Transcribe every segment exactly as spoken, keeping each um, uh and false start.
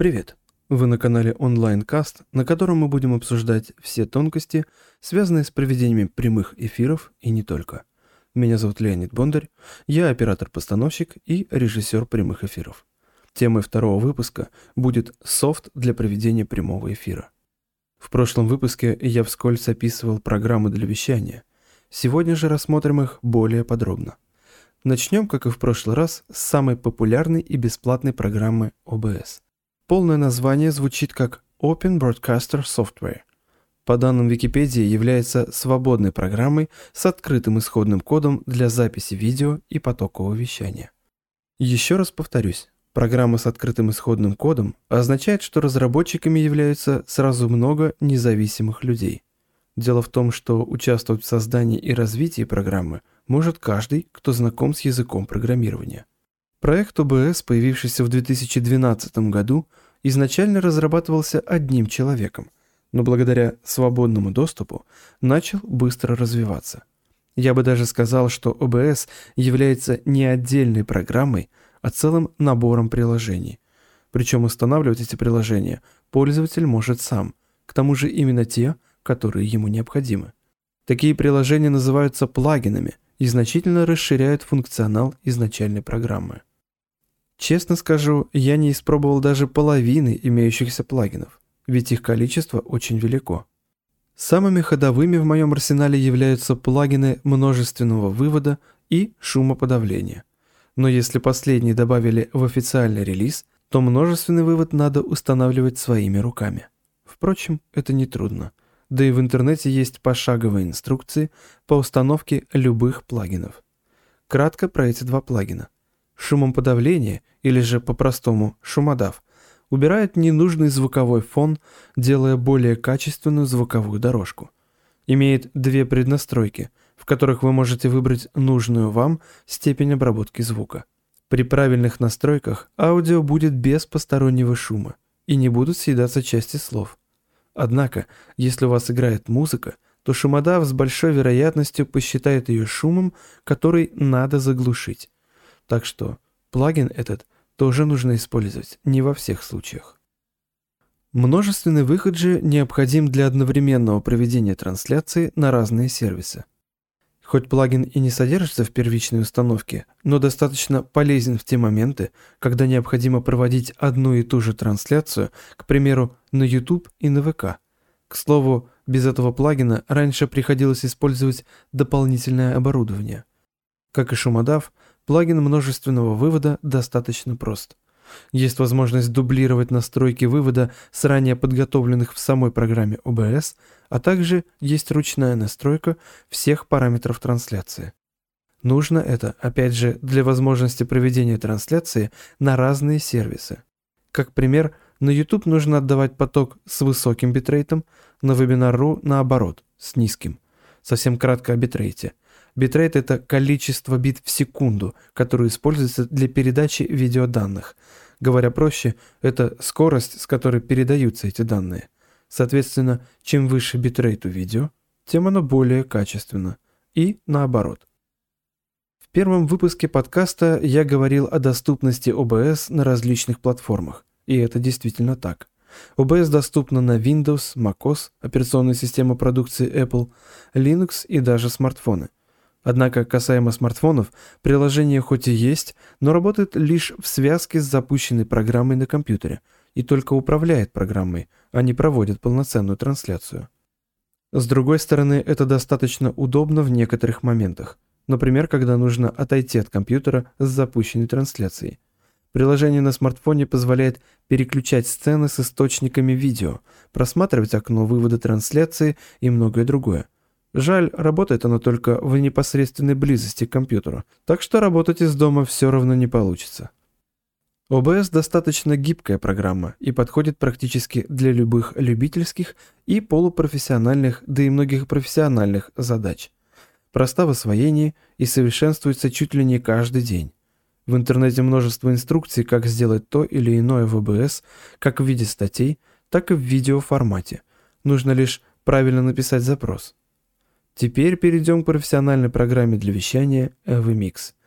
Привет! Вы на канале онлайн-каст, на котором мы будем обсуждать все тонкости, связанные с проведением прямых эфиров и не только. Меня зовут Леонид Бондарь, я оператор-постановщик и режиссер прямых эфиров. Темой второго выпуска будет софт для проведения прямого эфира. В прошлом выпуске я вскользь описывал программы для вещания. Сегодня же рассмотрим их более подробно. Начнем, как и в прошлый раз, с самой популярной и бесплатной программы о бэ эс. Полное название звучит как Open Broadcaster Software. По данным Википедии, является свободной программой с открытым исходным кодом для записи видео и потокового вещания. Еще раз повторюсь, программа с открытым исходным кодом означает, что разработчиками являются сразу много независимых людей. Дело в том, что участвовать в создании и развитии программы может каждый, кто знаком с языком программирования. Проект о бэ эс, появившийся в две тысячи двенадцатом году, изначально разрабатывался одним человеком, но благодаря свободному доступу начал быстро развиваться. Я бы даже сказал, что о бэ эс является не отдельной программой, а целым набором приложений. Причем устанавливать эти приложения пользователь может сам, к тому же именно те, которые ему необходимы. Такие приложения называются плагинами и значительно расширяют функционал изначальной программы. Честно скажу, я не испробовал даже половины имеющихся плагинов, ведь их количество очень велико. Самыми ходовыми в моем арсенале являются плагины множественного вывода и шумоподавления. Но если последние добавили в официальный релиз, то множественный вывод надо устанавливать своими руками. Впрочем, это нетрудно. Да и в интернете есть пошаговые инструкции по установке любых плагинов. Кратко про эти два плагина. Шумоподавление, или же по-простому шумодав, убирает ненужный звуковой фон, делая более качественную звуковую дорожку. Имеет две преднастройки, в которых вы можете выбрать нужную вам степень обработки звука. При правильных настройках аудио будет без постороннего шума и не будут съедаться части слов. Однако, если у вас играет музыка, то шумодав с большой вероятностью посчитает ее шумом, который надо заглушить. Так что плагин этот тоже нужно использовать не во всех случаях. Множественный выход же необходим для одновременного проведения трансляции на разные сервисы. Хоть плагин и не содержится в первичной установке, но достаточно полезен в те моменты, когда необходимо проводить одну и ту же трансляцию, к примеру, на YouTube и на вэ ка. К слову, без этого плагина раньше приходилось использовать дополнительное оборудование. Как и шумодав, плагин множественного вывода достаточно прост. Есть возможность дублировать настройки вывода с ранее подготовленных в самой программе о бэ эс, а также есть ручная настройка всех параметров трансляции. Нужно это, опять же, для возможности проведения трансляции на разные сервисы. Как пример, на YouTube нужно отдавать поток с высоким битрейтом, на Webinar точка ру наоборот, с низким. Совсем кратко о битрейте. Битрейт – это количество бит в секунду, которое используется для передачи видеоданных. Говоря проще, это скорость, с которой передаются эти данные. Соответственно, чем выше битрейт у видео, тем оно более качественно. И наоборот. В первом выпуске подкаста я говорил о доступности о бэ эс на различных платформах. И это действительно так. о бэ эс доступна на Windows, macOS, операционная система продукции Apple, Linux и даже смартфоны. Однако, касаемо смартфонов, приложение хоть и есть, но работает лишь в связке с запущенной программой на компьютере и только управляет программой, а не проводит полноценную трансляцию. С другой стороны, это достаточно удобно в некоторых моментах, например, когда нужно отойти от компьютера с запущенной трансляцией. Приложение на смартфоне позволяет переключать сцены с источниками видео, просматривать окно вывода трансляции и многое другое. Жаль, работает оно только в непосредственной близости к компьютеру, так что работать из дома все равно не получится. о бэ эс достаточно гибкая программа и подходит практически для любых любительских и полупрофессиональных, да и многих профессиональных задач. Проста в освоении и совершенствуется чуть ли не каждый день. В интернете множество инструкций, как сделать то или иное в о бэ эс, как в виде статей, так и в видеоформате. Нужно лишь правильно написать запрос. Теперь перейдем к профессиональной программе для вещания ви микс.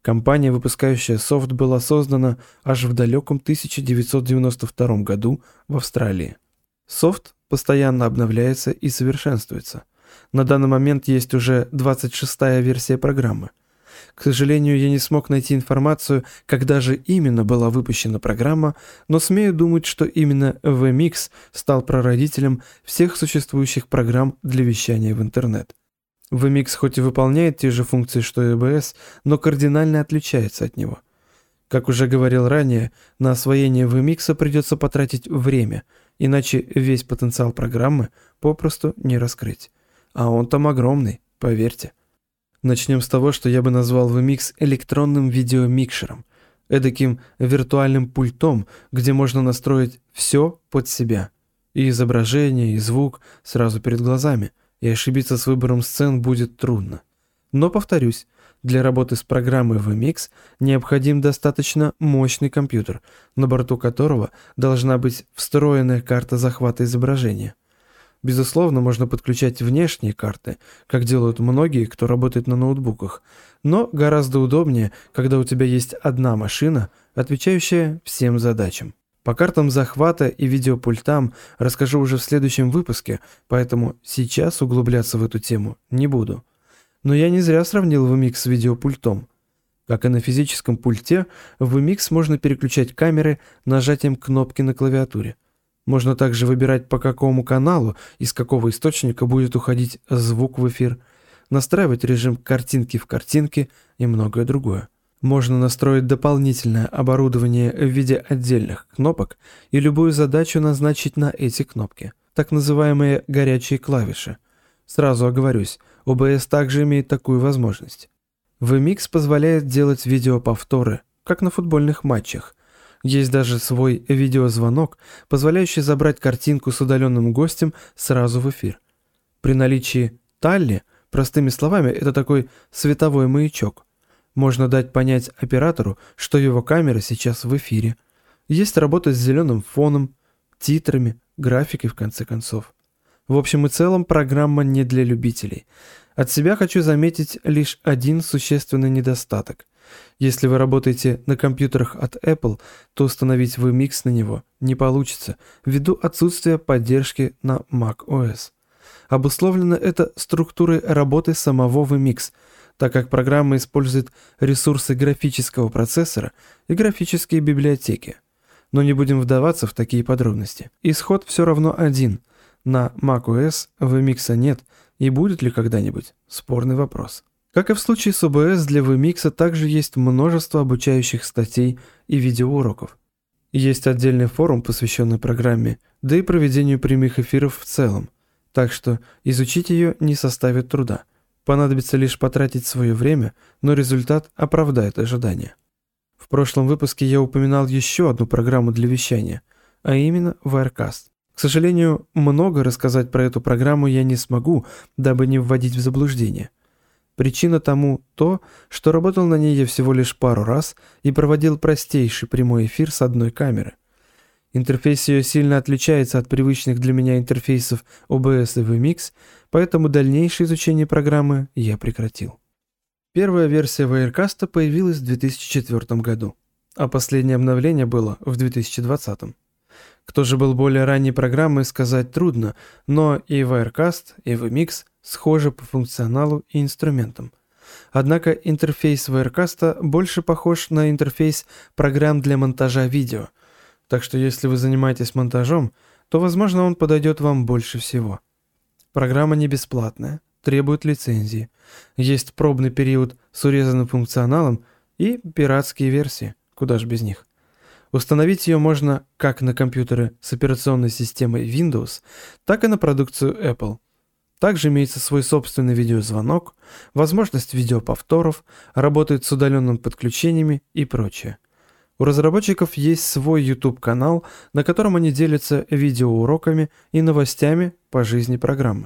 Компания, выпускающая софт, была создана аж в далеком тысяча девятьсот девяносто втором году в Австралии. Софт постоянно обновляется и совершенствуется. На данный момент есть уже двадцать шестая версия программы. К сожалению, я не смог найти информацию, когда же именно была выпущена программа, но смею думать, что именно ви эм икс стал прародителем всех существующих программ для вещания в интернет. ви эм икс хоть и выполняет те же функции, что и о бэ эс, но кардинально отличается от него. Как уже говорил ранее, на освоение ви эм икс придется потратить время, иначе весь потенциал программы попросту не раскрыть. А он там огромный, поверьте. Начнем с того, что я бы назвал ви эм икс электронным видеомикшером, эдаким виртуальным пультом, где можно настроить все под себя. И изображение, и звук сразу перед глазами, и ошибиться с выбором сцен будет трудно. Но, повторюсь, для работы с программой ви эм икс необходим достаточно мощный компьютер, на борту которого должна быть встроенная карта захвата изображения. Безусловно, можно подключать внешние карты, как делают многие, кто работает на ноутбуках, но гораздо удобнее, когда у тебя есть одна машина, отвечающая всем задачам. По картам захвата и видеопультам расскажу уже в следующем выпуске, поэтому сейчас углубляться в эту тему не буду. Но я не зря сравнил ви эм икс с видеопультом. Как и на физическом пульте, в ви эм икс можно переключать камеры нажатием кнопки на клавиатуре. Можно также выбирать, по какому каналу и с какого источника будет уходить звук в эфир, настраивать режим картинки в картинке и многое другое. Можно настроить дополнительное оборудование в виде отдельных кнопок и любую задачу назначить на эти кнопки, так называемые горячие клавиши. Сразу оговорюсь, о бэ эс также имеет такую возможность. ви эм икс позволяет делать видеоповторы, как на футбольных матчах. Есть даже свой видеозвонок, позволяющий забрать картинку с удаленным гостем сразу в эфир. При наличии талли, простыми словами, это такой световой маячок. Можно дать понять оператору, что его камера сейчас в эфире. Есть работа с зеленым фоном, титрами, графикой в конце концов. В общем и целом, программа не для любителей. От себя хочу заметить лишь один существенный недостаток. Если вы работаете на компьютерах от Apple, то установить ви эм икс на него не получится, ввиду отсутствия поддержки на macOS. Обусловлено это структурой работы самого ви эм икс, так как программа использует ресурсы графического процессора и графические библиотеки. Но не будем вдаваться в такие подробности. Исход все равно один. На macOS ви эм икс нет, и будет ли когда-нибудь – спорный вопрос. Как и в случае с о бэ эс, для ви эм икс также есть множество обучающих статей и видеоуроков. Есть отдельный форум, посвященный программе, да и проведению прямых эфиров в целом, так что изучить ее не составит труда. Понадобится лишь потратить свое время, но результат оправдает ожидания. В прошлом выпуске я упоминал еще одну программу для вещания, а именно Wirecast. К сожалению, много рассказать про эту программу я не смогу, дабы не вводить в заблуждение. Причина тому то, что работал на ней я всего лишь пару раз и проводил простейший прямой эфир с одной камеры. Интерфейс ее сильно отличается от привычных для меня интерфейсов о бэ эс и ви эм икс, поэтому дальнейшее изучение программы я прекратил. Первая версия Wirecast появилась в две тысячи четвёртом году, а последнее обновление было в две тысячи двадцатом. Кто же был более ранней программой, сказать трудно, но и Wirecast, и ви эм икс схожи по функционалу и инструментам. Однако интерфейс Wirecast больше похож на интерфейс программ для монтажа видео, так что если вы занимаетесь монтажом, то, возможно, он подойдет вам больше всего. Программа не бесплатная, требует лицензии. Есть пробный период с урезанным функционалом и пиратские версии, куда ж без них. Установить ее можно как на компьютеры с операционной системой Windows, так и на продукцию Apple. Также имеется свой собственный видеозвонок, возможность видеоповторов, работает с удаленными подключениями и прочее. У разработчиков есть свой YouTube-канал, на котором они делятся видеоуроками и новостями по жизни программы.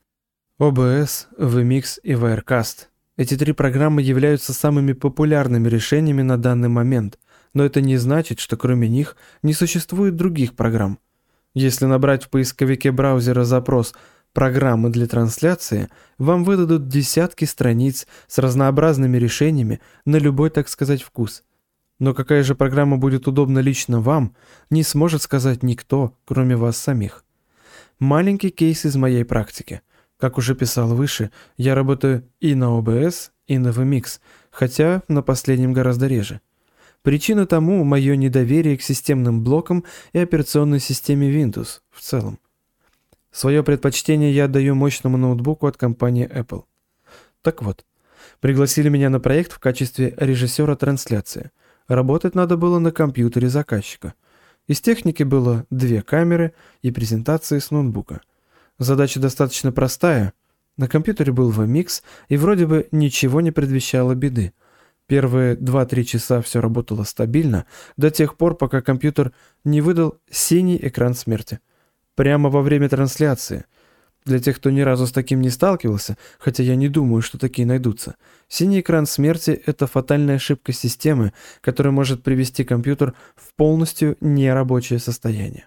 о бэ эс, ви эм икс и Wirecast. Эти три программы являются самыми популярными решениями на данный момент, но это не значит, что кроме них не существует других программ. Если набрать в поисковике браузера запрос Программы для трансляции вам выдадут десятки страниц с разнообразными решениями на любой, так сказать, вкус. Но какая же программа будет удобна лично вам, не сможет сказать никто, кроме вас самих. Маленький кейс из моей практики. Как уже писал выше, я работаю и на о бэ эс, и на ви микс, хотя на последнем гораздо реже. Причина тому – мое недоверие к системным блокам и операционной системе Windows в целом. Свое предпочтение я отдаю мощному ноутбуку от компании Apple. Так вот, пригласили меня на проект в качестве режиссера трансляции. Работать надо было на компьютере заказчика. Из техники было две камеры и презентации с ноутбука. Задача достаточно простая. На компьютере был ви микс, и вроде бы ничего не предвещало беды. Первые два-три часа все работало стабильно, до тех пор, пока компьютер не выдал синий экран смерти. Прямо во время трансляции. Для тех, кто ни разу с таким не сталкивался, хотя я не думаю, что такие найдутся, синий экран смерти – это фатальная ошибка системы, которая может привести компьютер в полностью нерабочее состояние.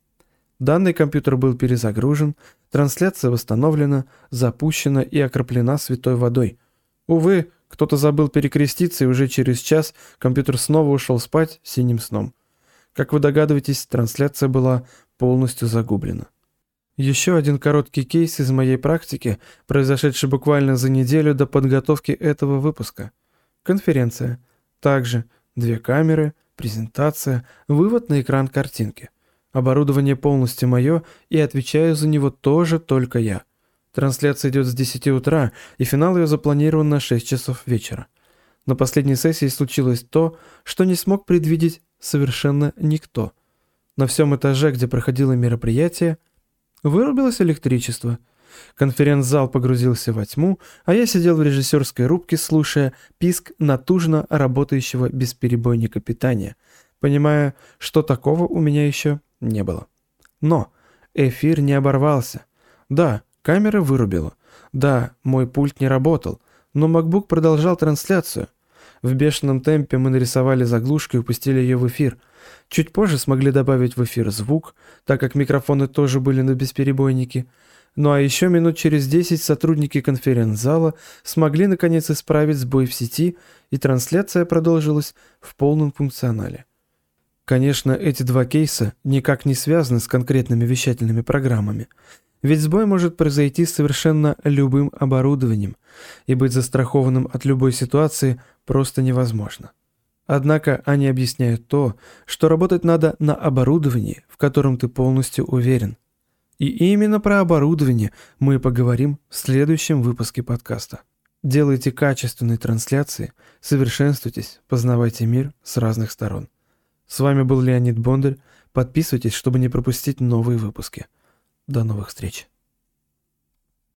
Данный компьютер был перезагружен, трансляция восстановлена, запущена и окроплена святой водой. Увы, кто-то забыл перекреститься, и уже через час компьютер снова ушел спать синим сном. Как вы догадываетесь, трансляция была полностью загублена. Еще один короткий кейс из моей практики, произошедший буквально за неделю до подготовки этого выпуска. Конференция. Также две камеры, презентация, вывод на экран картинки. Оборудование полностью мое, и отвечаю за него тоже только я. Трансляция идет с десяти утра, и финал ее запланирован на шесть часов вечера. На последней сессии случилось то, что не смог предвидеть совершенно никто. На всем этаже, где проходило мероприятие, вырубилось электричество. Конференц-зал погрузился во тьму, а я сидел в режиссерской рубке, слушая писк натужно работающего бесперебойника питания, понимая, что такого у меня еще не было. Но эфир не оборвался. Да, камера вырубила. Да, мой пульт не работал, но MacBook продолжал трансляцию. В бешеном темпе мы нарисовали заглушку и пустили ее в эфир. Чуть позже смогли добавить в эфир звук, так как микрофоны тоже были на бесперебойнике. Ну а еще минут через десять сотрудники конференц-зала смогли наконец исправить сбой в сети, и трансляция продолжилась в полном функционале. Конечно, эти два кейса никак не связаны с конкретными вещательными программами. Ведь сбой может произойти с совершенно любым оборудованием, и быть застрахованным от любой ситуации просто невозможно. Однако они объясняют то, что работать надо на оборудовании, в котором ты полностью уверен. И именно про оборудование мы поговорим в следующем выпуске подкаста. Делайте качественные трансляции, совершенствуйтесь, познавайте мир с разных сторон. С вами был Леонид Бондарь. Подписывайтесь, чтобы не пропустить новые выпуски. До новых встреч.